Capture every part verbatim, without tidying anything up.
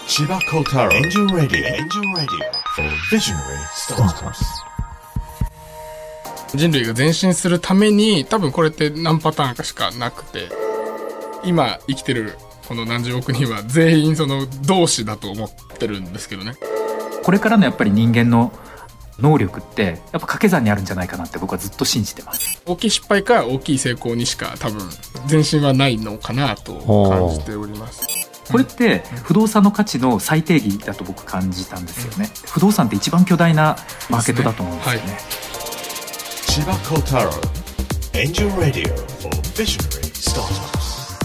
千葉幸太郎エンジェルラディオエンジェルラディオ Visionary Startups。 人類が前進するために多分これって何パターンかしかなくて、今生きてるこの何十億人は全員その同志だと思ってるんですけどね。 これからのやっぱり人間の能力ってやっぱ掛け算にあるんじゃないかなって僕はずっと信じてます。 大きい失敗か大きい成功にしか多分前進はないのかなと感じております。 これって不動産の価値の最定義だと僕感じたんですよね、うん、不動産って一番巨大なマーケットだと思うんですよね。 千葉幸太郎エンジェルラディオ for Visionary Startups。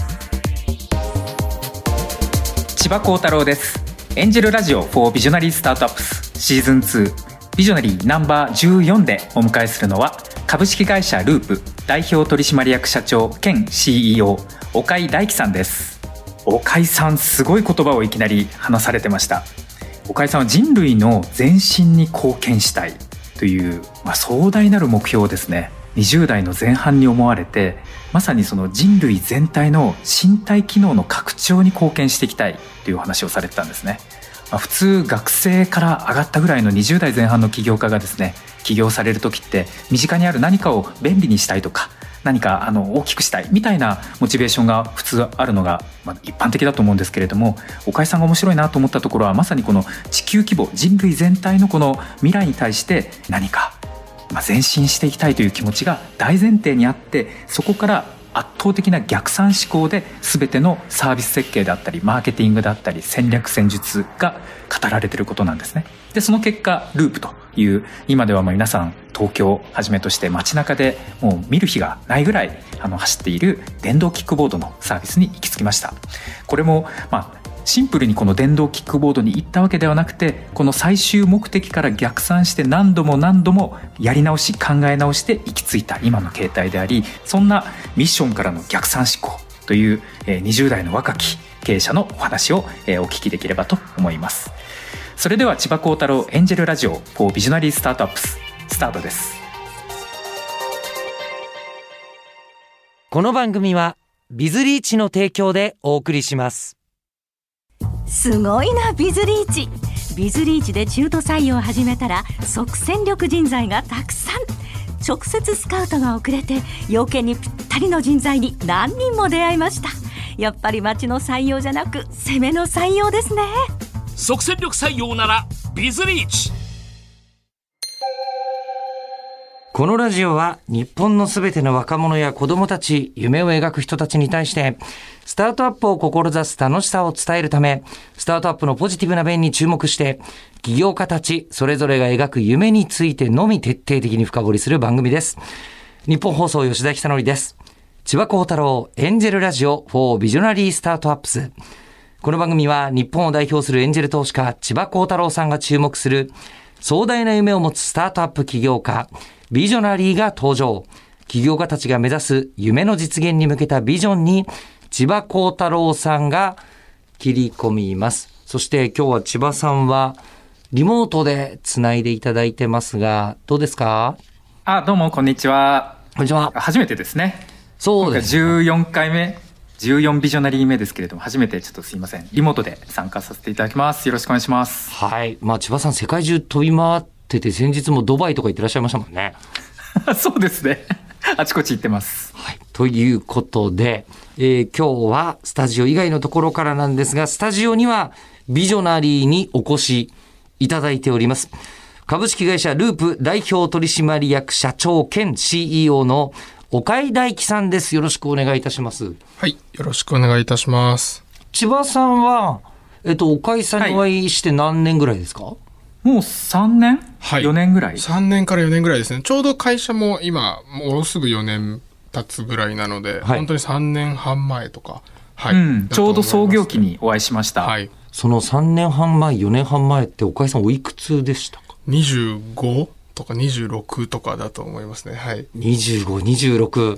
千葉幸太郎です。エンジェルラジオ for Visionary Startups シーズンツービジョナリーナンバーじゅうよんでお迎えするのは株式会社ループ代表取締役社長兼 シーイーオー 岡井大樹さんです。岡井さん、すごい言葉をいきなり話されてました。岡井さんは人類の前進に貢献したいという、まあ、壮大なる目標をですねにじゅう代の前半に思われて、まさにその人類全体の身体機能の拡張に貢献していきたいというお話をされてたんですね。まあ、普通学生から上がったぐらいのにじゅう代前半の起業家がですね起業される時って身近にある何かを便利にしたいとか何かあの大きくしたいみたいなモチベーションが普通あるのが、まあ、一般的だと思うんですけれども、岡井さんが面白いなと思ったところはまさにこの地球規模人類全体のこの未来に対して何か、まあ、前進していきたいという気持ちが大前提にあって、そこから圧倒的な逆算思考で全てのサービス設計であったりマーケティングであったり戦略戦術が語られていることなんですね。でその結果ループという今ではもう皆さん東京をはじめとして街中でもう見る日がないぐらいあの走っている電動キックボードのサービスに行き着きました。これもまあシンプルにこの電動キックボードに行ったわけではなくて、この最終目的から逆算して何度も何度もやり直し考え直して行き着いた今の形態であり、そんなミッションからの逆算思考というにじゅう代の若き経営者のお話をお聞きできればと思います。それでは千葉幸太郎エンジェルラジオ for Visionary Startups スタートです。 この番組はビズリーチの提供でお送りします。 すごいなビズリーチ。ビズリーチで中途採用を始めたら即戦力人材がたくさん。直接スカウトが遅れて要件にぴったりの人材に何人も出会いました。やっぱり町の採用じゃなく攻めの採用ですね。 即戦力採用ならビズリーチ。 このラジオは日本のすべての若者や子供たち、夢を描く人たちに対してスタートアップを志す楽しさを伝えるため、スタートアップのポジティブな面に注目して起業家たちそれぞれが描く夢についてのみ徹底的に深掘りする番組です。日本放送吉田久典です。千葉幸太郎エンジェルラジオ for Visionary Startups。この番組は日本を代表するエンジェル投資家千葉幸太郎さんが注目する壮大な夢を持つスタートアップ起業家ビジョナリーが登場。起業家たちが目指す夢の実現に向けたビジョンに千葉幸太郎さんが切り込みます。そして今日は千葉さんはリモートでつないでいただいてますが、どうですか？ あ、どうもこんにちは。 こんにちは。 初めてですね。 そうです。 じゅうよんかいめじゅうよんビジョナリー目ですけれども、初めてちょっとすいませんリモートで参加させていただきます。よろしくお願いします。 はい。まあ千葉さん世界中飛び回ってて、先日もドバイとか行ってらっしゃいましたもんね。 そうですね。あちこち行ってます。 はい。ということで、えー、今日はスタジオ以外のところからなんですが、スタジオにはビジョナリーにお越しいただいております。株式会社ループ代表取締役社長兼 シーイーオー の岡井大樹さんです。よろしくお願いいたします。 はい、よろしくお願いいたします。 千葉さんは、えっと、岡井さんにお会いして何年ぐらいですか？はい、 もうさんねん、はい、よねんぐらい。 さんねんからよねんぐらいですね。ちょうど会社も今もうすぐよねん経つぐらいなので、はい、本当にさんねんはん前とか、はい、うん、 ちょうど創業期にお会いしました。 はい、 そのさんねんはん前よねんはん前って岡井さんおいくつでしたか？ にじゅうごとかにじゅうろくとかだと思いますね。はい。 にじゅうご、にじゅうろく。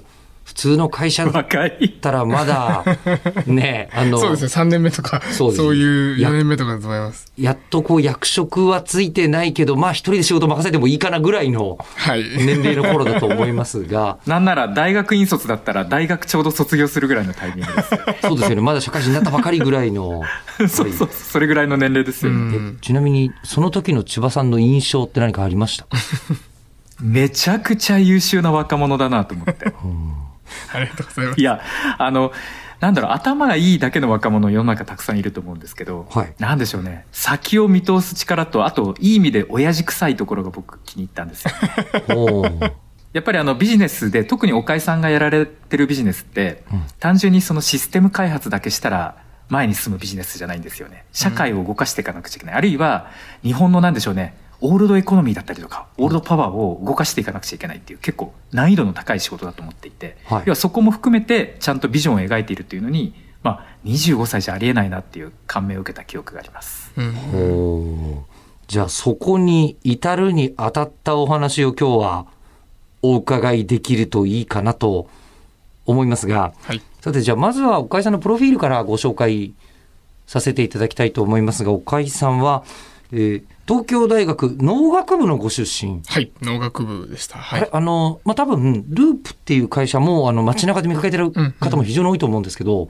普通の会社だったらまだ、ね、あの、 そうですね、さんねんめとか、そう、そういうよねんめとかだと思います。 や、やっとこう役職はついてないけど、まあ一人で仕事任せてもいいかなぐらいの年齢の頃だと思いますが。はい、なんなら大学院卒だったら大学ちょうど卒業するぐらいのタイミングです。 そうですよね、まだ社会人になったばかりぐらいの。 そうそう、それぐらいの年齢ですよね。 ちなみに、その時の千葉さんの印象って何かありました？ めちゃくちゃ優秀な若者だなと思って。うんありがとうございます。 いや、あの、なんだろう、頭がいいだけの若者世の中たくさんいると思うんですけど、はい、なんでしょうね、先を見通す力と、あと、いい意味で親父臭いところが僕気に入ったんですよ。おやっぱりあのビジネスで、特に岡井さんがやられてるビジネスって、うん、単純にそのシステム開発だけしたら前に進むビジネスじゃないんですよね。社会を動かしていかなくちゃいけない。うん、あるいは、日本のなんでしょうね、オールドエコノミーだったりとか、オールドパワーを動かしていかなくちゃいけないっていう、結構難易度の高い仕事だと思っていて、はい、要はそこも含めてちゃんとビジョンを描いているっていうのに、まあ、にじゅうごさいじゃありえないなっていう感銘を受けた記憶があります。うん、 おじゃあそこに至るにあたったお話を今日はお伺いできるといいかなと思いますが、はい、さてじゃあまずは岡井さんのプロフィールからご紹介させていただきたいと思いますが、岡井さんは、えー東京大学農学部のご出身。 はい、農学部でした。はい、 あれ、あの、まあ、多分、ループっていう会社も、あの、街中で見かけてる方も非常に多いと思うんですけど、うんうん、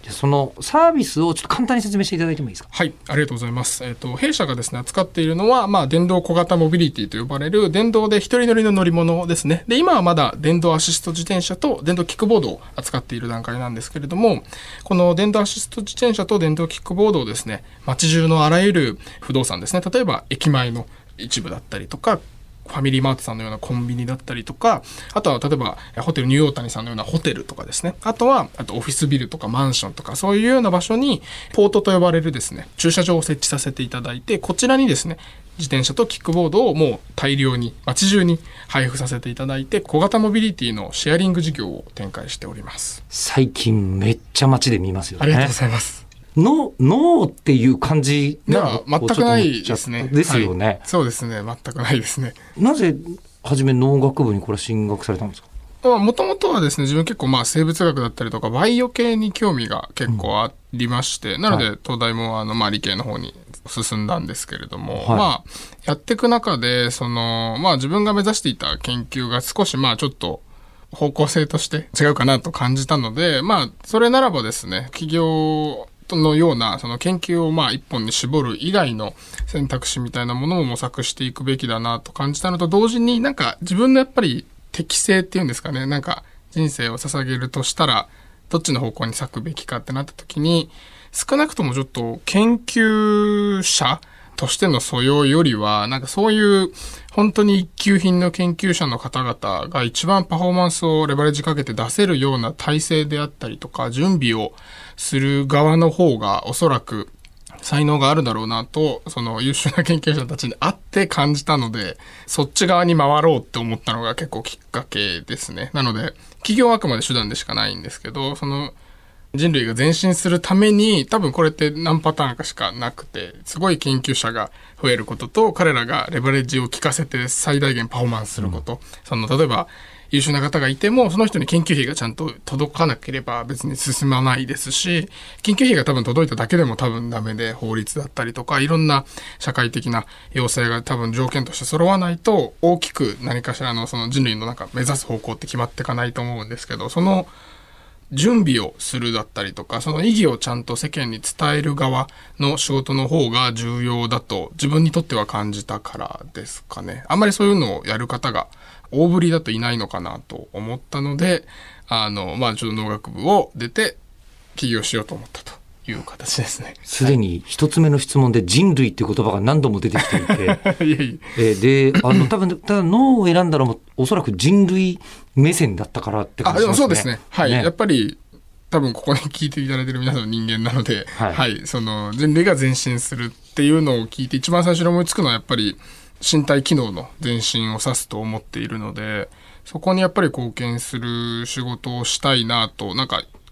そのサービスをちょっと簡単に説明していただいてもいいですか？ はい、ありがとうございます。えっと、弊社がですね、扱っているのは、まあ、電動小型モビリティと呼ばれる、電動で一人乗りの乗り物ですね。で、今はまだ電動アシスト自転車と電動キックボードを扱っている段階なんですけれども、この電動アシスト自転車と電動キックボードをですね、街中のあらゆる不動産ですね、例えば駅前の一部だったりとか、ファミリーマートさんのようなコンビニだったりとか、あとは例えばホテルニューオータニさんのようなホテルとかですね、あとはあとオフィスビルとかマンションとか、そういうような場所にポートと呼ばれるですね、駐車場を設置させていただいて、こちらにですね、自転車とキックボードをもう大量に街中に配布させていただいて、小型モビリティのシェアリング事業を展開しております。 最近めっちゃ街で見ますよね。 ありがとうございます。 の脳っていう感じでは全くないですね。 ですよね、はい。 そうですね。全くないですね。 なぜ初め農学部にこれ進学されたんですか？ もともとはですね、自分結構まあ生物学だったりとかバイオ系に興味が結構ありまして、うん、なので東大もあのまあ理系の方に進んだんですけれども、はい、まあやっていく中でそのまあ自分が目指していた研究が少しまあちょっと方向性として違うかなと感じたので、まあそれならばですね、企業のようなその研究をまあ一本に絞る以外の選択肢みたいなものも模索していくべきだなと感じたのと同時に、なんか自分のやっぱり適性っていうんですかね、なんか人生を捧げるとしたらどっちの方向に割くべきかってなった時に、少なくともちょっと研究者としての素養よりは、なんかそういう本当に一級品の研究者の方々が一番パフォーマンスをレバレッジかけて出せるような体制であったりとか、準備をする側の方がおそらく才能があるだろうなと、その優秀な研究者たちに会って感じたので、そっち側に回ろうって思ったのが結構きっかけですね。なので、企業はあくまで手段でしかないんですけど、その人類が前進するために、多分これって何パターンかしかなくて、すごい研究者が増えることと、彼らがレバレッジを効かせて最大限パフォーマンスすること。うん、その、例えば、優秀な方がいても、その人に研究費がちゃんと届かなければ別に進まないですし、研究費が多分届いただけでも多分ダメで、法律だったりとか、いろんな社会的な要請が多分条件として揃わないと、大きく何かしらのその人類のなんか目指す方向って決まっていかないと思うんですけど、その準備をするだったりとか、その意義をちゃんと世間に伝える側の仕事の方が重要だと自分にとっては感じたからですかね。あんまりそういうのをやる方が大ぶりだといないのかなと思ったので、あの、まあ、ちょっと農学部を出て起業しようと思ったという形ですね。 すでに一つ目の質問で人類っていう言葉が何度も出てきていて、いやいやで、あの、多分、ただ脳を選んだのもおそらく人類目線だったからって感じですね。 あ、でもそうですね。はい。ね、やっぱり、多分ここに聞いていただいている皆さんの人間なので、はい、はい、その人類が前進するっていうのを聞いて一番最初に思いつくのはやっぱり身体機能の前進を指すと思っているので、そこにやっぱり貢献する仕事をしたいなと、なんか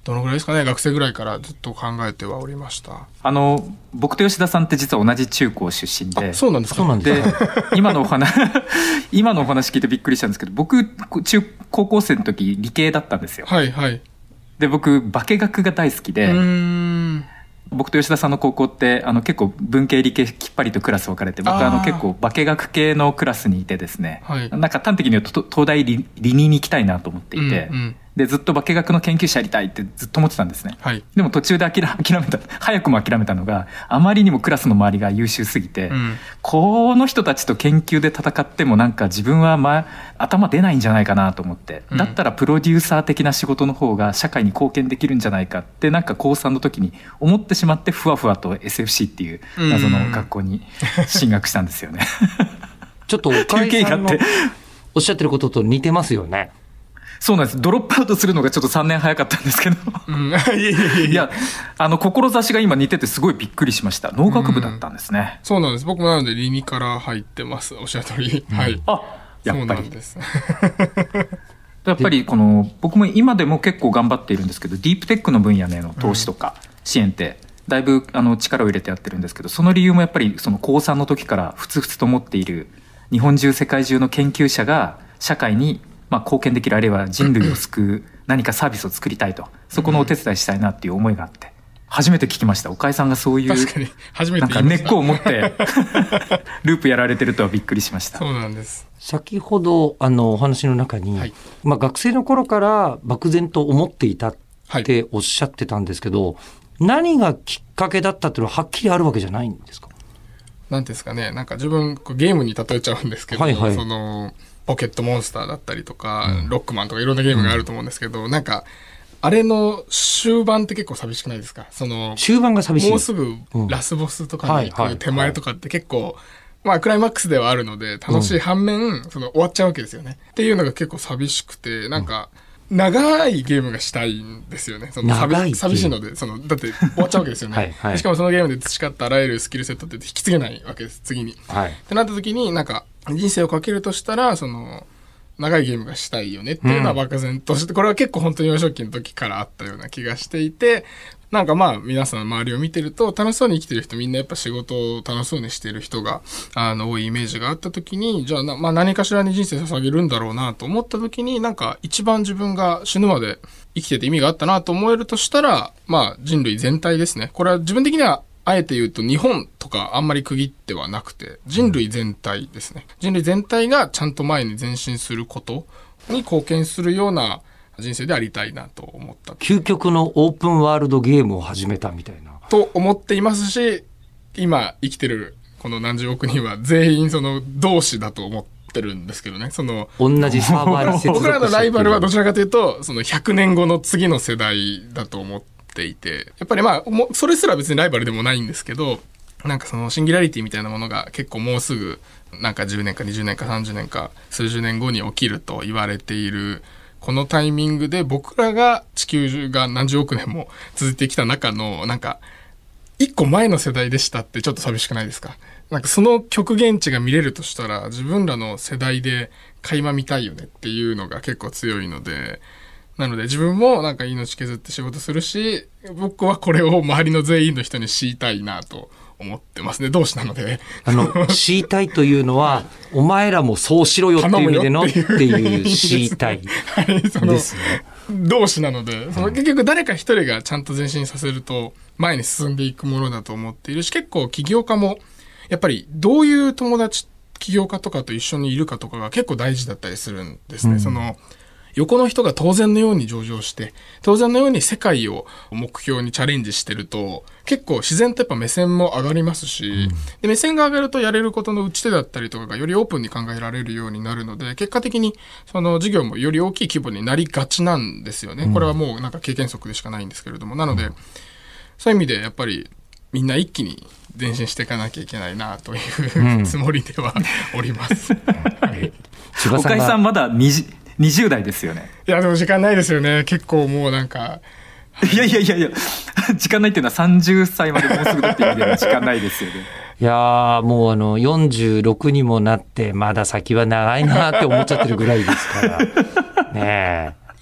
どのぐらいですかね、学生ぐらいからずっと考えてはおりました。 あの僕と吉田さんって実は同じ中高出身で。 そうなんですか。そうなんですで今のお話今のお話聞いてびっくりしたんですけど、僕中高校生の時理系だったんですよ。 はいはい。 で僕化学が大好きで、 うーん、 僕と吉田さんの高校ってあの結構文系理系きっぱりとクラス分かれて、僕はあの結構化学系のクラスにいてですね、 はい、 なんか端的に言うと東大理理にに行きたいなと思っていて、 うんうん、 でずっと化学の研究者やりたいってずっと思ってたんですね、 はい、 でも途中で諦めた早くも諦めたのが、あまりにもクラスの周りが優秀すぎて、うん、この人たちと研究で戦ってもなんか自分は、ま、頭出ないんじゃないかなと思って、うん、だったらプロデューサー的な仕事の方が社会に貢献できるんじゃないかってなんか高さんの時に思ってしまって、ふわふわと エスエフシー っていう謎の学校に進学したんですよねちょっと岡井さんのおっしゃってることと似てますよね。 そうなんです。ドロップアウトするのがちょっとさんねん早かったんですけど、うん、いやいやいやいや、あの志が今似ててすごいびっくりしました。農学部だったんですね。 うん、そうなんです。僕もなので理にから入ってます。おっしゃる通り、うん、はい。 あ、やっぱりそうなんですやっぱりこの僕も今でも結構頑張っているんですけど、ディープテックの分野での投資とか支援ってだいぶあの力を入れてやってるんですけど、その理由もやっぱりその高さんの時からふつふつと持っている日本中世界中の研究者が社会にまあ貢献できる、あるいは人類を救う何かサービスを作りたいと、そこのお手伝いしたいなっていう思いがあって、初めて聞きました。岡井さんがそういう確かに初めてなんか根っこを持ってループやられてるとはびっくりしました。 そうなんです。 先ほどあのお話の中に、はい、まあ、学生の頃から漠然と思っていたっておっしゃってたんですけど、はい、何がきっかけだったっていうのははっきりあるわけじゃないんですか？ なんですかね、なんか自分ゲームに例えちゃうんですけど、はいはい、そのポケットモンスターだったりとか、うん、ロックマンとかいろんなゲームがあると思うんですけど、うん、なんかあれの終盤って結構寂しくないですか？その終盤が寂しい。 もうすぐラスボスとかに行く手前とかって結構、まあクライマックスではあるので楽しい反面、うん、その終わっちゃうわけですよねっていうのが結構寂しくて、なんか長いゲームがしたいんですよね。その寂寂しいので、そのだって終わっちゃうわけですよね。はい、はい、しかもそのゲームで培ったあらゆるスキルセットって引き継げないわけです、次に。はい、ってなった時に、なんか人生をかけるとしたら、その長いゲームがしたいよねっていうのは漠然として、うん、これは結構本当に幼少期の時からあったような気がしていて、なんかまあ皆さん周りを見てると楽しそうに生きてる人、みんなやっぱ仕事を楽しそうにしてる人があの多いイメージがあった時に、じゃあな、まあ、何かしらに人生捧げるんだろうなと思った時に、なんか一番自分が死ぬまで生きてて意味があったなと思えるとしたら、まあ人類全体ですね。これは自分的にはあえて言うと日本とかあんまり区切ってはなくて、人類全体ですね。人類全体がちゃんと前に前進することに貢献するような人生でありたいなと思った。 究極のオープンワールドゲームを始めたみたいな。 と思っていますし、今生きてるこの何十億人は全員その同志だと思ってるんですけどね。その同じサーバーに接続して僕らのライバルはどちらかというと、そのひゃくねんごの次の世代だと思っていて、やっぱりまあ、もそれすら別にライバルでもないんですけど、なんかそのシンギュラリティみたいなものが結構もうすぐなんかじゅうねんかにじゅうねんかさんじゅうねんか数十年後に起きると言われているこのタイミングで、僕らが地球が何十億年も続いてきた中のなんか一個前の世代でしたってちょっと寂しくないですか？なんかその極限値が見れるとしたら自分らの世代で垣間見たいよねっていうのが結構強いので、なので自分もなんか命削って仕事するし、僕はこれを周りの全員の人に強いたいなと思ってますね。同志なので。 あの、強いたいというのは、お前らもそうしろよっていう意味でのっていう強いたいですね。 同志なので、その結局誰か一人がちゃんと前進させると前に進んでいくものだと思っているし、結構起業家もやっぱりどういう友達、起業家とかと一緒にいるかとかが結構大事だったりするんですね。うん、その横の人が当然のように上場して、当然のように世界を目標にチャレンジしてると、結構自然とやっぱ目線も上がりますし、うん、で目線が上がるとやれることの打ち手だったりとかがよりオープンに考えられるようになるので、結果的にその事業もより大きい規模になりがちなんですよね。これはもうなんか経験則でしかないんですけれども、なので、そういう意味でやっぱりみんな一気に前進していかなきゃいけないなという、うん、つもりではおります。はい、 岡井さんまだにじゅう代ですよね。 いやでも時間ないですよね。結構もうなんか、はい、いやいやいやいや時間ないっていうのはさんじゅっさいまでもうすぐだっていう意味では時間ないですよね。 いやーもうあのよんじゅうろくにもなってまだ先は長いなって思っちゃってるぐらいですからねえ。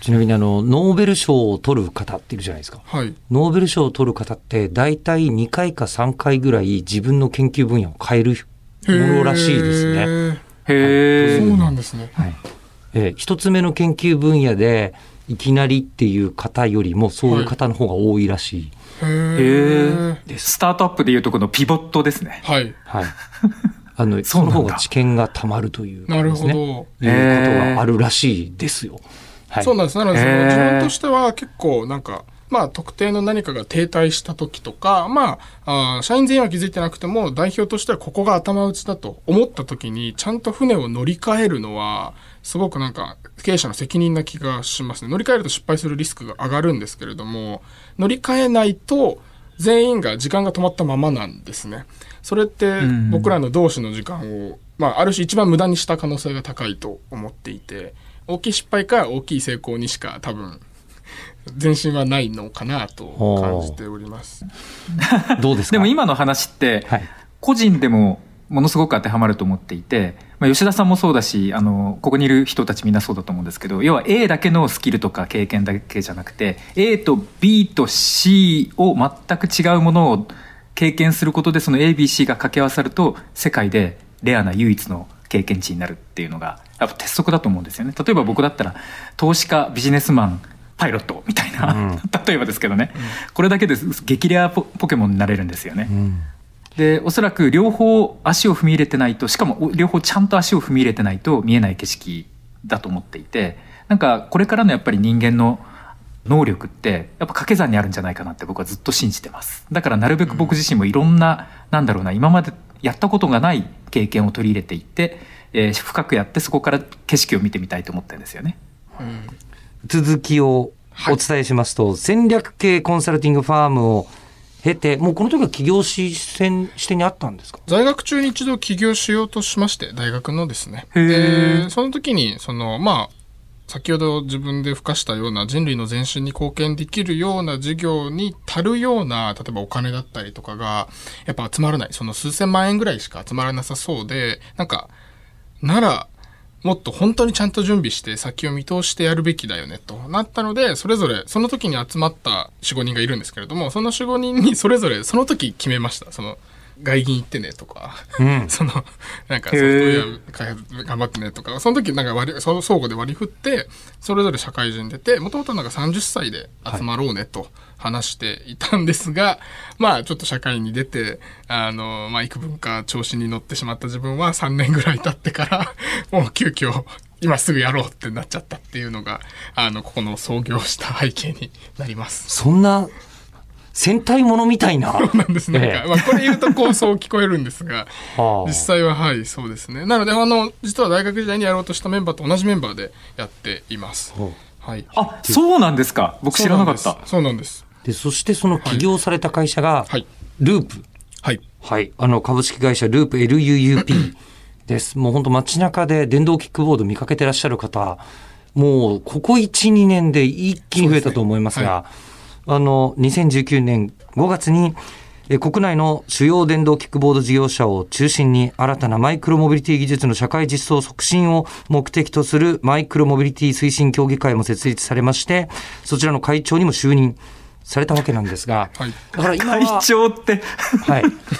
ちなみにあのノーベル賞を取る方っているじゃないですか、 はい、 ノーベル賞を取る方って大体にかいかさんかいぐらい自分の研究分野を変えるものらしいですね。 へー、はい、そうなんですね、 はい、えー、一つ目の研究分野でいきなりっていう方よりもそういう方の方が多いらしい、 はい、へー、 でスタートアップでいうとこのピボットですね。 はい、 はい、あのその方が知見がたまるという、 なるほど、 いうことがあるらしいですよ。はい、 そうなんです。なのでその自分としては結構なんか、まあ、特定の何かが停滞した時とか、まあ、あ社員全員は気づいてなくても代表としてはここが頭打ちだと思った時にちゃんと船を乗り換えるのはすごくなんか経営者の責任な気がしますね。乗り換えると失敗するリスクが上がるんですけれども、乗り換えないと全員が時間が止まったままなんですね。それって僕らの同志の時間を、まあ、ある種一番無駄にした可能性が高いと思っていて、大きい失敗か大きい成功にしか多分前進はないのかなと感じております。 どうですか？ でも今の話って個人でもものすごく当てはまると思っていて、まあ、吉田さんもそうだし、あのここにいる人たちみんなそうだと思うんですけど、要は A だけのスキルとか経験だけじゃなくて A と B と C を全く違うものを経験することで、その エービーシー が掛け合わさると世界でレアな唯一の経験値になるっていうのがやっぱ鉄則だと思うんですよね。例えば僕だったら投資家、ビジネスマン、パイロットみたいな、うん、例えばですけどね、うん、これだけで激レア ポ, ポケモンになれるんですよね、うん、でおそらく両方足を踏み入れてないと、しかも両方ちゃんと足を踏み入れてないと見えない景色だと思っていて、なんかこれからのやっぱり人間の能力ってやっぱ掛け算にあるんじゃないかなって僕はずっと信じてます。だからなるべく僕自身もいろんな、うん、なんだろうな、今までやったことがない経験を取り入れていって、えー、深くやってそこから景色を見てみたいと思ってるんですよね、 うん、続きをお伝えしますと、はい、戦略系コンサルティングファームを経て、もうこの時は起業し視点にあったんですか？ 在学中に一度起業しようとしまして、大学のですね。でその時にそのまあ先ほど自分で付加したような人類の前進に貢献できるような事業に足るような、例えばお金だったりとかがやっぱ集まらない、その数千万円ぐらいしか集まらなさそうで、なんかならもっと本当にちゃんと準備して先を見通してやるべきだよねとなったので、それぞれその時に集まった よん、ごにんがいるんですけれども、その よん、ごにんにそれぞれその時決めました。その外銀行ってねとか、うん、そのなんかソフトウェア開発頑張ってねとか、その時なんか割り相互で割り振ってそれぞれ社会人出て、もともとなんかさんじゅっさいで集まろうねと話していたんですが、はい、まあちょっと社会に出てあのまあ幾分か調子に乗ってしまった自分はさんねんぐらい経ってからもう急遽今すぐやろうってなっちゃったっていうのがあのここの創業した背景になります。 そんな戦隊ものみたいな。 そうなんですね。ええ、まあ、これ言うとこうそう聞こえるんですが、はあ、実際ははいそうですね。なのであの実は大学時代にやろうとしたメンバーと同じメンバーでやっています。はあ、はい。あ、そうなんですか。僕知らなかった。 そうなんです。 でそしてその起業された会社が、はい、ループ。 はい。 はい。あの株式会社ループ エルユーユーピー です。もう本当街中で電動キックボード見かけてらっしゃる方、もうここいち、にねんで一気に増えたと思いますが。あのにせんじゅうきゅうねんごがつにえ国内の主要電動キックボード事業者を中心に新たなマイクロモビリティ技術の社会実装促進を目的とするマイクロモビリティ推進協議会も設立されまして、そちらの会長にも就任されたわけなんですが、 はい、だから今は会長ってはい、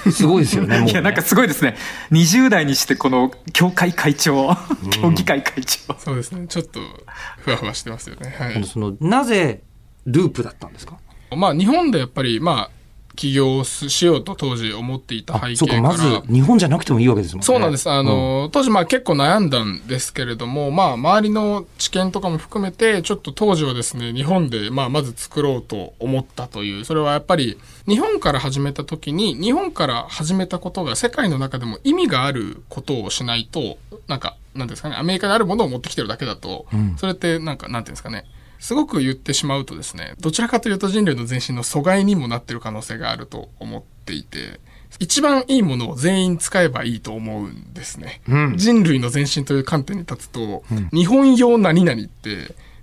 すごいですよね。もうねいやなんかすごいですね。にじゅう代にしてこの協会会長、協議会会長、 そうですね。ちょっとふわふわしてますよね。はい、 そのなぜループだったんですか？ まあ日本でやっぱりまあ起業しようと当時思っていた背景から、 そうか、まず日本じゃなくてもいいわけですもんね。 そうなんです。あの、うん、当時まあ結構悩んだんですけれども、まあ周りの知見とかも含めてちょっと当時はですね、日本でまあまず作ろうと思ったという、それはやっぱり日本から始めた時に日本から始めたことが世界の中でも意味があることをしないと、なんかなんですかね、アメリカにあるものを持ってきてるだけだと、うん、それってなんかなんていうんですかね、すごく言ってしまうとですね、どちらかというと人類の前進の阻害にもなっている可能性があると思っていて、一番いいものを全員使えばいいと思うんですね。うん、人類の前進という観点に立つと、うん、日本用何々って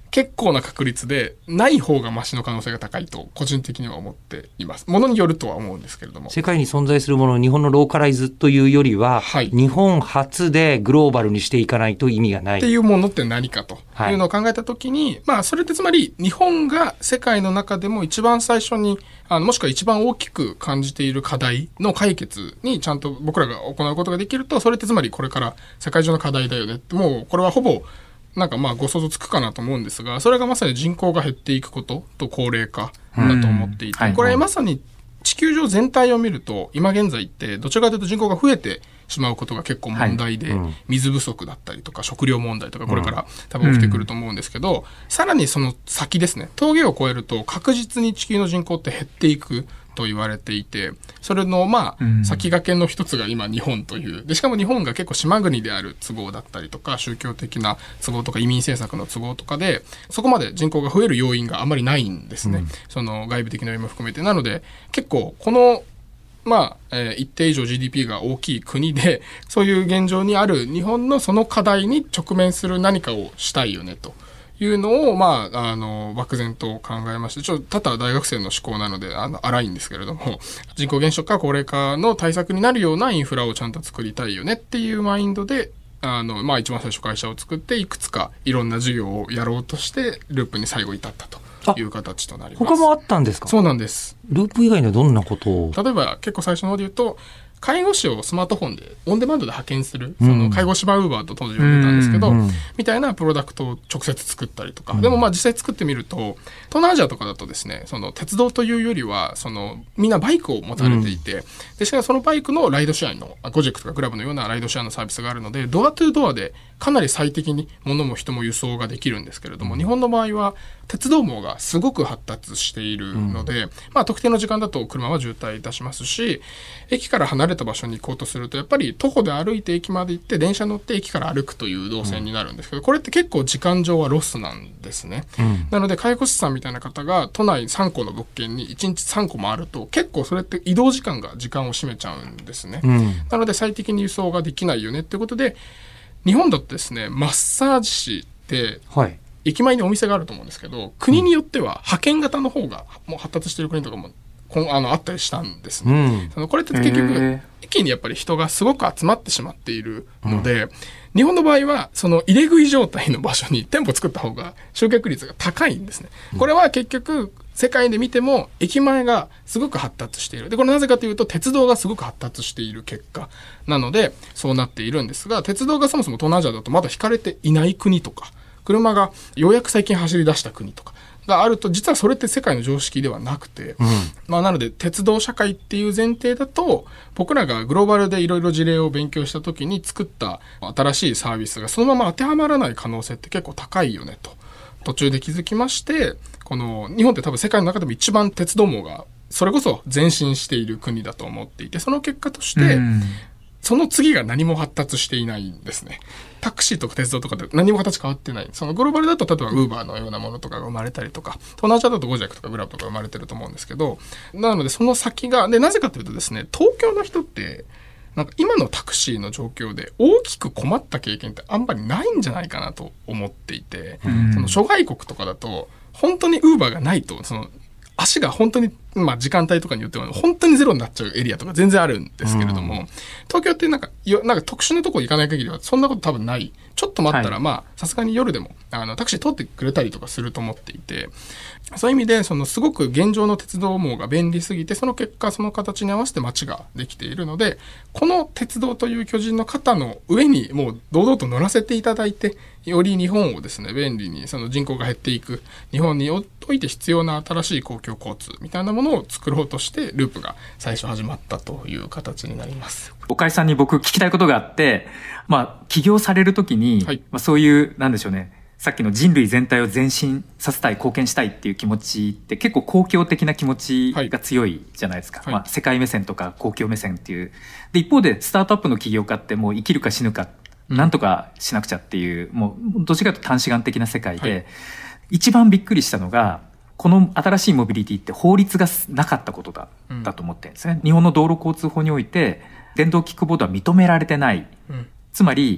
結構な確率でない方がマシの可能性が高いと個人的には思っています。ものによるとは思うんですけれども、 世界に存在するものを日本のローカライズというよりは、はい、日本初でグローバルにしていかないと意味がないっていうものって何かというのを考えたときに、はい、まあそれってつまり日本が世界の中でも一番最初にあのもしくは一番大きく感じている課題の解決にちゃんと僕らが行うことができると、それってつまりこれから世界中の課題だよねって、もうこれはほぼなんかまあご想像つくかなと思うんですが、それがまさに人口が減っていくことと高齢化だと思っていて、これまさに地球上全体を見ると今現在ってどちらかというと人口が増えてしまうことが結構問題で、水不足だったりとか食料問題とかこれから多分起きてくると思うんですけど、さらにその先ですね、峠を越えると確実に地球の人口って減っていくと言われていて、それのまあ先駆けの一つが今日本というで、しかも日本が結構島国である都合だったりとか宗教的な都合とか移民政策の都合とかでそこまで人口が増える要因があまりないんですね、うん、その外部的な要因も含めて。なので結構このまあ、えー、一定以上 ジーディーピー が大きい国でそういう現状にある日本のその課題に直面する何かをしたいよねというのを、まあ、あの、漠然と考えまして、ちょっと多々大学生の思考なので、あの、荒いんですけれども、人口減少化、高齢化の対策になるようなインフラをちゃんと作りたいよねっていうマインドで、あの、まあ、一番最初会社を作って、いくつかいろんな事業をやろうとして、ループに最後至ったという形となります。 他もあったんですか？ そうなんです。 ループ以外にはどんなことを？ 例えば、結構最初の方で言うと、介護士をスマートフォンでオンデマンドで派遣する、その介護士バウーバーと当時呼んでたんですけど、みたいなプロダクトを直接作ったりとか、でもまあ実際作ってみると、東南アジアとかだとですね、その鉄道というよりは、そのみんなバイクを持たれていて、でしかもそのバイクのライドシェアの、ゴジェックとかグラブのようなライドシェアのサービスがあるので、ドアトゥドアでかなり最適に物も人も輸送ができるんですけれども、日本の場合は鉄道網がすごく発達しているので、まあ特定の時間だと車は渋滞いたしますし、駅から離れた場所に行こうとするとやっぱり徒歩で歩いて駅まで行って電車乗って駅から歩くという動線になるんですけど、これって結構時間上はロスなんですね、うん、なので介護士さんみたいな方が都内さんこの物件にいちにちさんこもあると結構それって移動時間が時間を占めちゃうんですね、うん、なので最適に輸送ができないよねっていうことで、日本だとですね、マッサージ師で、はい駅前にお店があると思うんですけど、国によっては派遣型の方がもう発達している国とかもこんあのあったりしたんですね、うん、そのこれって結局駅にやっぱり人がすごく集まってしまっているので、うん、日本の場合はその入れ食い状態の場所に店舗作った方が集客率が高いんですね。これは結局世界で見ても駅前がすごく発達している。でこれなぜかというと鉄道がすごく発達している結果なのでそうなっているんですが、鉄道がそもそも東南アジアだとまだ引かれていない国とか、車がようやく最近走り出した国とかがあると、実はそれって世界の常識ではなくて、うんまあ、なので鉄道社会っていう前提だと、僕らがグローバルでいろいろ事例を勉強した時に作った新しいサービスがそのまま当てはまらない可能性って結構高いよねと途中で気づきまして、この日本って多分世界の中でも一番鉄道網がそれこそ前進している国だと思っていて、その結果として、うんその次が何も発達していないんですね。タクシーとか鉄道とかで何も形変わってない。そのグローバルだと例えばウーバーのようなものとかが生まれたりとか、東南アジアだとゴジャックとかグラブとか生まれてると思うんですけど、なのでその先が、で、なぜかというとですね、東京の人って、なんか今のタクシーの状況で大きく困った経験ってあんまりないんじゃないかなと思っていて、その諸外国とかだと本当にウーバーがないと、その足が本当に、まあ時間帯とかによっては本当にゼロになっちゃうエリアとか全然あるんですけれども、うん、東京ってなんか、なんか特殊なとこ行かない限りはそんなこと多分ない。ちょっと待ったら、まあさすがに夜でもあのタクシー通ってくれたりとかすると思っていて、そういう意味でそのすごく現状の鉄道網が便利すぎて、その結果その形に合わせて街ができているので、この鉄道という巨人の肩の上にもう堂々と乗らせていただいて、より日本をですね便利に、その人口が減っていく日本において必要な新しい公共交通みたいなものを作ろうとしてループが最初始まったという形になります。 岡井さんに僕聞きたいことがあって、まあ起業されるときに、はいまあ、そういうなんでしょうね、さっきの人類全体を前進させたい、貢献したいっていう気持ちって結構公共的な気持ちが強いじゃないですか、はいまあ、世界目線とか公共目線っていう。で一方でスタートアップの起業家ってもう生きるか死ぬか、うん、なんとかしなくちゃっていう、もうどっちかというと短視眼的な世界で、はい、一番びっくりしたのがこの新しいモビリティって法律がなかったことだ、うん、だと思ってるんですね。日本の道路交通法において電動キックボードは認められてない、うん、つまり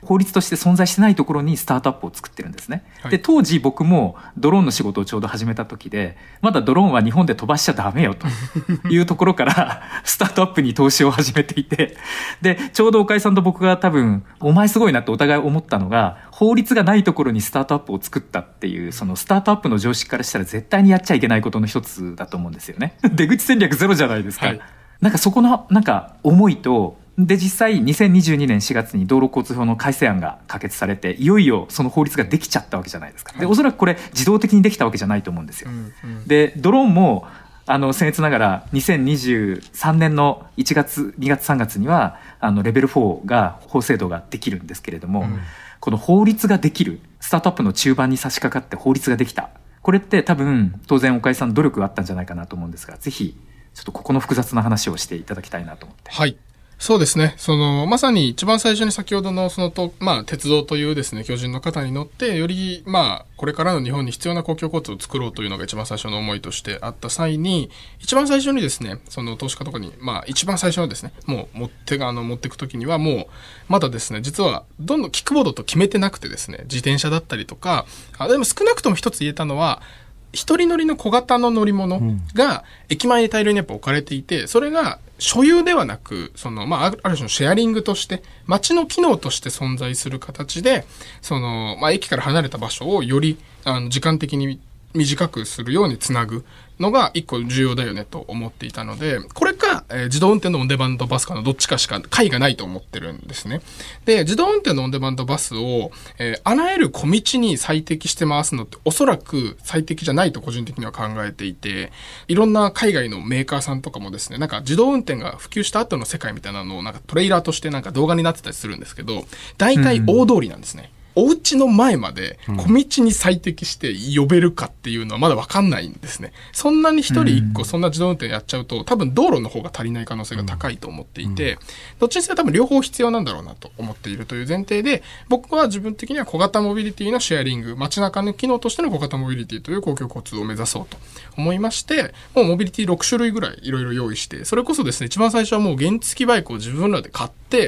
法律として存在してないところにスタートアップを作ってるんですね、はい、で当時僕もドローンの仕事をちょうど始めた時で、まだドローンは日本で飛ばしちゃダメよというところからスタートアップに投資を始めていて、でちょうど岡井さんと僕が多分お前すごいなってお互い思ったのが、法律がないところにスタートアップを作ったっていう、そのスタートアップの常識からしたら絶対にやっちゃいけないことの一つだと思うんですよね出口戦略ゼロじゃないですか、はい、なんかそこのなんか思いと、で実際にせんにじゅうにねんしがつに道路交通法の改正案が可決されて、いよいよその法律ができちゃったわけじゃないですか。でおそらくこれ自動的にできたわけじゃないと思うんですよ、うんうん、でドローンもあの僭越ながらにせんにじゅうさんねんのいちがつにがつさんがつにはあのレベルフォーが法制度ができるんですけれども、うん、この法律ができる、スタートアップの中盤に差し掛かって法律ができた、これって多分当然岡井さん努力があったんじゃないかなと思うんですが、ぜひちょっとここの複雑な話をしていただきたいなと思って。 はい、そうですね。そのまさに一番最初に先ほどのそのと、まあ、鉄道というですね巨人の方に乗ってよりまあこれからの日本に必要な公共交通を作ろうというのが一番最初の思いとしてあった際に、一番最初にですねその投資家とかにまあ一番最初のですねもう持ってあの持っていくときにはもうまだですね実はどんどんキックボードと決めてなくてですね、自転車だったりとか、あでも少なくとも一つ言えたのは、一人乗りの小型の乗り物が駅前に大量にやっぱ置かれていて、それが所有ではなく、その、まあ、ある種のシェアリングとして、街の機能として存在する形で、その、まあ、駅から離れた場所をより、あの、時間的に短くするようにつなぐのが一個重要だよねと思っていたので、これか、えー、自動運転のオンデマンドバスかのどっちかしか解がないと思ってるんですね。で、自動運転のオンデマンドバスを、えー、あらゆる小道に最適して回すのっておそらく最適じゃないと個人的には考えていて、いろんな海外のメーカーさんとかもですね、なんか自動運転が普及した後の世界みたいなのをなんかトレーラーとしてなんか動画になってたりするんですけど、大体大通りなんですね。うんお家の前まで小道に最適して呼べるかっていうのはまだ分かんないんですね。そんなに一人一個そんな自動運転やっちゃうと多分道路の方が足りない可能性が高いと思っていて、どっちにせよ多分両方必要なんだろうなと思っているという前提で、僕は自分的には小型モビリティのシェアリング、街中の機能としての小型モビリティという公共交通を目指そうと思いまして、もうモビリティろくしゅるいぐらいいろいろ用意して、それこそですね一番最初はもう原付バイクを自分らで買って、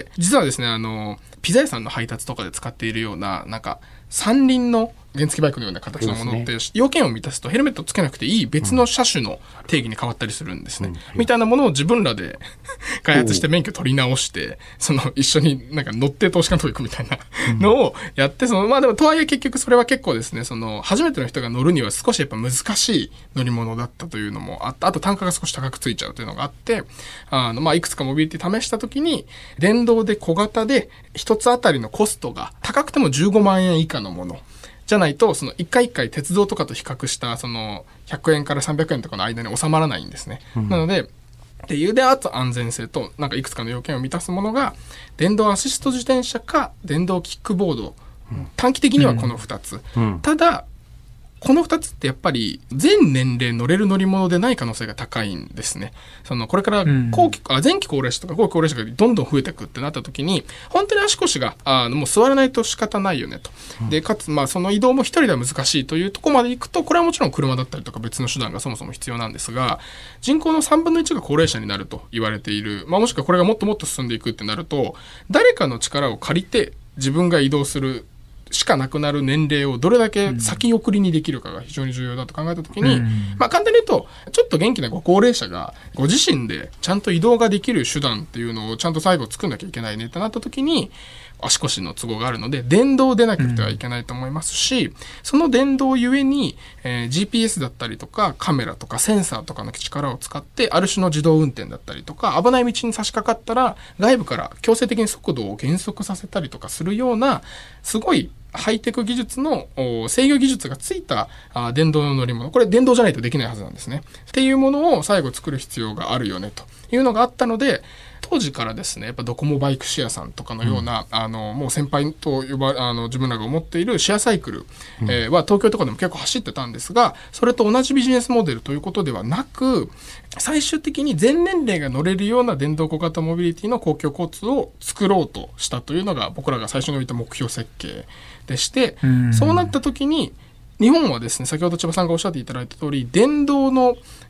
実はですねあのピザ屋さんの配達とかで使っているようななんか三輪の原付バイクのような形のものって、ね、要件を満たすとヘルメットつけなくていい別の車種の定義に変わったりするんですね、うん、みたいなものを自分らで開発して免許取り直してその一緒になんか乗って投資家のとこ行くみたいなのをやって、そのまあでもとはいえ結局それは結構ですねその初めての人が乗るには少しやっぱ難しい乗り物だったというのもあった。あと単価が少し高くついちゃうというのがあって、あのまあいくつかモビリティ試した時に電動で小型で一つあたりのコストが高くてもじゅうごまんえん以下のものじゃないと、その一回一回鉄道とかと比較したそのひゃくえんからさんびゃくえんとかの間に収まらないんですね、うん、なのでっていうであと安全性となんかいくつかの要件を満たすものが電動アシスト自転車か電動キックボード、うん、短期的にはこのふたつ、うん、ただこのふたつってやっぱり全年齢乗れる乗り物でない可能性が高いんですね。そのこれから後期、うん、あ前期高齢者とか後期高齢者がどんどん増えていくってなった時に本当に足腰があもう座らないと仕方ないよねと、うん、でかつまあその移動も一人では難しいというところまで行くと、これはもちろん車だったりとか別の手段がそもそも必要なんですが、人口のさんぶんのいちが高齢者になると言われている、まあ、もしくはこれがもっともっと進んでいくってなると誰かの力を借りて自分が移動するしかなくなる年齢をどれだけ先送りにできるかが非常に重要だと考えたときに、うん、まあ簡単に言うとちょっと元気なご高齢者がご自身でちゃんと移動ができる手段っていうのをちゃんと最後作んなきゃいけないねってなったときに足腰の都合があるので電動でなくてはいけないと思いますし、うん、その電動ゆえに、えー、ジーピーエス だったりとかカメラとかセンサーとかの力を使ってある種の自動運転だったりとか危ない道に差し掛かったら外部から強制的に速度を減速させたりとかするようなすごいハイテク技術の制御技術がついたあ電動の乗り物、これ電動じゃないとできないはずなんですねっていうものを最後作る必要があるよねというのがあったので、当時からですねやっぱドコモバイクシェアさんとかのような、うん、あのもう先輩と呼ばあの自分らが思っているシェアサイクル、うんえー、は東京とかでも結構走ってたんですが、それと同じビジネスモデルということではなく、最終的に全年齢が乗れるような電動小型モビリティの公共交通を作ろうとしたというのが僕らが最初に置いた目標設計でして、うんそうなった時に日本はですね先ほど千葉さんがおっしゃっていただいた通り電動の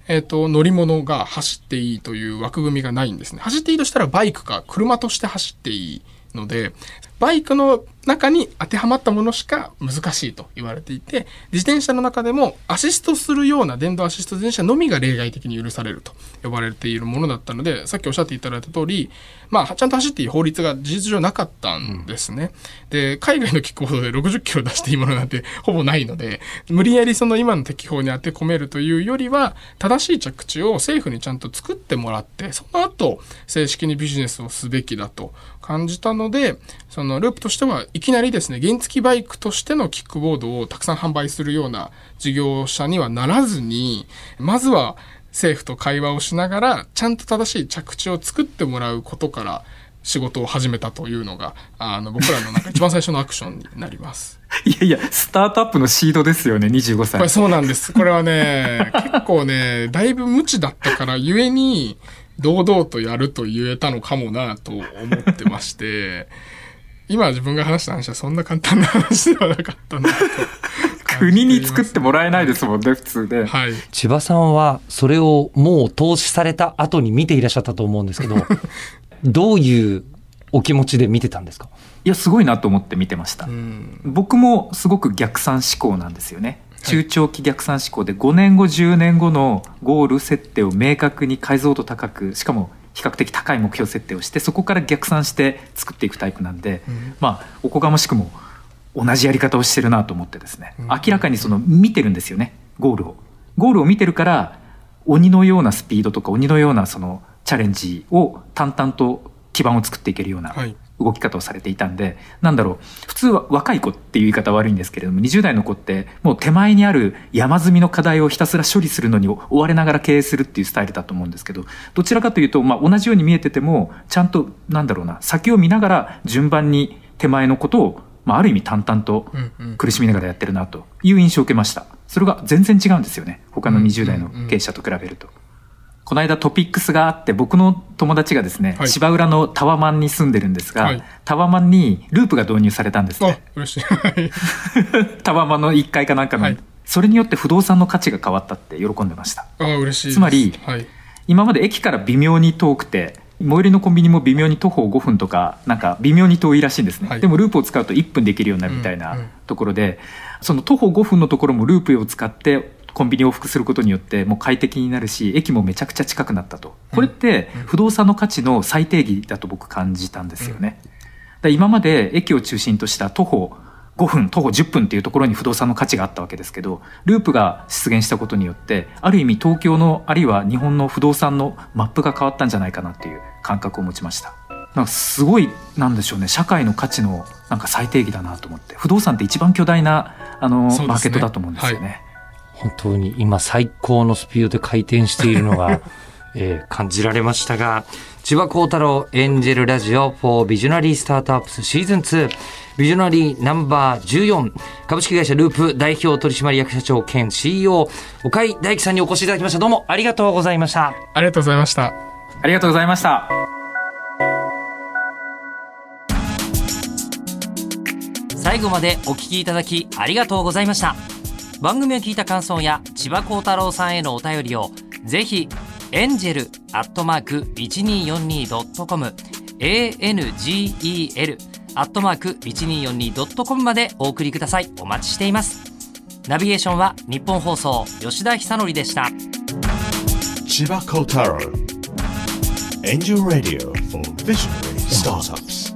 えっと、乗り物が走っていいという枠組みがないんですね。走っていいとしたらバイクか車として走っていいので、バイクの中に当てはまったものしか難しいと言われていて、自転車の中でもアシストするような電動アシスト自転車のみが例外的に許されると呼ばれているものだったので、さっきおっしゃっていただいた通り、まあ、ちゃんと走っていい法律が事実上なかったんですね。うん、で、海外のキックボードでろくじゅっキロ出していいものなんてほぼないので、無理やりその今の適法に当て込めるというよりは、正しい着地を政府にちゃんと作ってもらって、その後、正式にビジネスをすべきだと感じたので、そのループとしてはいきなりですね、原付バイクとしてのキックボードをたくさん販売するような事業者にはならずに、まずは政府と会話をしながら、ちゃんと正しい着地を作ってもらうことから仕事を始めたというのが、あの、僕らのなんか一番最初のアクションになります。 いやいや、スタートアップのシードですよね、にじゅうごさい。 これそうなんです。これはね、結構ね、だいぶ無知だったからゆえに、堂々とやると言えたのかもなと思ってまして、今自分が話した話はそんな簡単な話ではなかったなと。 国に作ってもらえないですもんね、普通で。 はい。 千葉さんはそれをもう投資された後に見ていらっしゃったと思うんですけど、どういうお気持ちで見てたんですか？ いや、すごいなと思って見てました。うん、僕もすごく逆算思考なんですよね。中長期逆算思考でごねんごじゅうねんごのゴール設定を明確に解像度高く、しかも比較的高い目標設定をして、そこから逆算して作っていくタイプなんで、うん、まあおこがましくも同じやり方をしてるなと思ってですね、うん、明らかにその見てるんですよね、ゴールをゴールを見てるから、鬼のようなスピードとか鬼のようなそのチャレンジを淡々と基盤を作っていけるような動き方をされていたんで、はい、なんだろう、普通は若い子っていう言い方は悪いんですけれども、にじゅう代の子ってもう手前にある山積みの課題をひたすら処理するのに追われながら経営するっていうスタイルだと思うんですけど、どちらかというと、まあ、同じように見えててもちゃんとなんだろうな、先を見ながら順番に手前のことを、まあ、ある意味淡々と苦しみながらやってるなという印象を受けました。それが全然違うんですよね、他のにじゅう代の経営者と比べると。この間トピックスがあって、僕の友達がですね、はい、芝浦のタワマンに住んでるんですが、はい、タワマンにループが導入されたんですね。 あ、嬉しい。 タワマンのいっかいかなんかの、はい、それによって不動産の価値が変わったって喜んでました。 あ、嬉しいです。 つまり、 はい、 今まで駅から微妙に遠くて、最寄りのコンビニも微妙に徒歩ごふんとか、なんか微妙に遠いらしいんですね、はい、でもループを使うといっぷんできるようになるみたいなところで、うんうん、その徒歩ごふんのところもループを使ってコンビニを往復することによってもう快適になるし、駅もめちゃくちゃ近くなったと。これって不動産の価値の最定義だと僕感じたんですよね。だ今まで駅を中心とした徒歩ごふん、徒歩じゅっぷんっていうところに不動産の価値があったわけですけど、ループが出現したことによってある意味東京のあるいは日本の不動産のマップが変わったんじゃないかなっていう感覚を持ちました。なんかすごい、なんでしょうね、社会の価値のなんか最定義だなと思って、不動産って一番巨大なあの、ね、マーケットだと思うんですよね。はい、 本当に今最高のスピードで回転しているのが、えー、感じられましたが、千葉幸太郎エンジェルラジオ for Visionary Startups シーズンツービジョナリーナンバーじゅうよん株式会社ループ代表取締役社長兼 シーイーオー 岡井大樹さんにお越しいただきました。どうもありがとうございました。 ありがとうございました。 ありがとうございました。 最後までお聞きいただきありがとうございました。番組を聞いた感想や千葉幸太郎さんへのお便りをぜひエンジェルアットマーク いちにーよんにードットコム エーエヌジーイーエル アットマーク いちにーよんにードットコム までお送りください。お待ちしています。ナビゲーションは日本放送吉田久典でした。 千葉幸太郎 Angel Radio for Visionary Startups。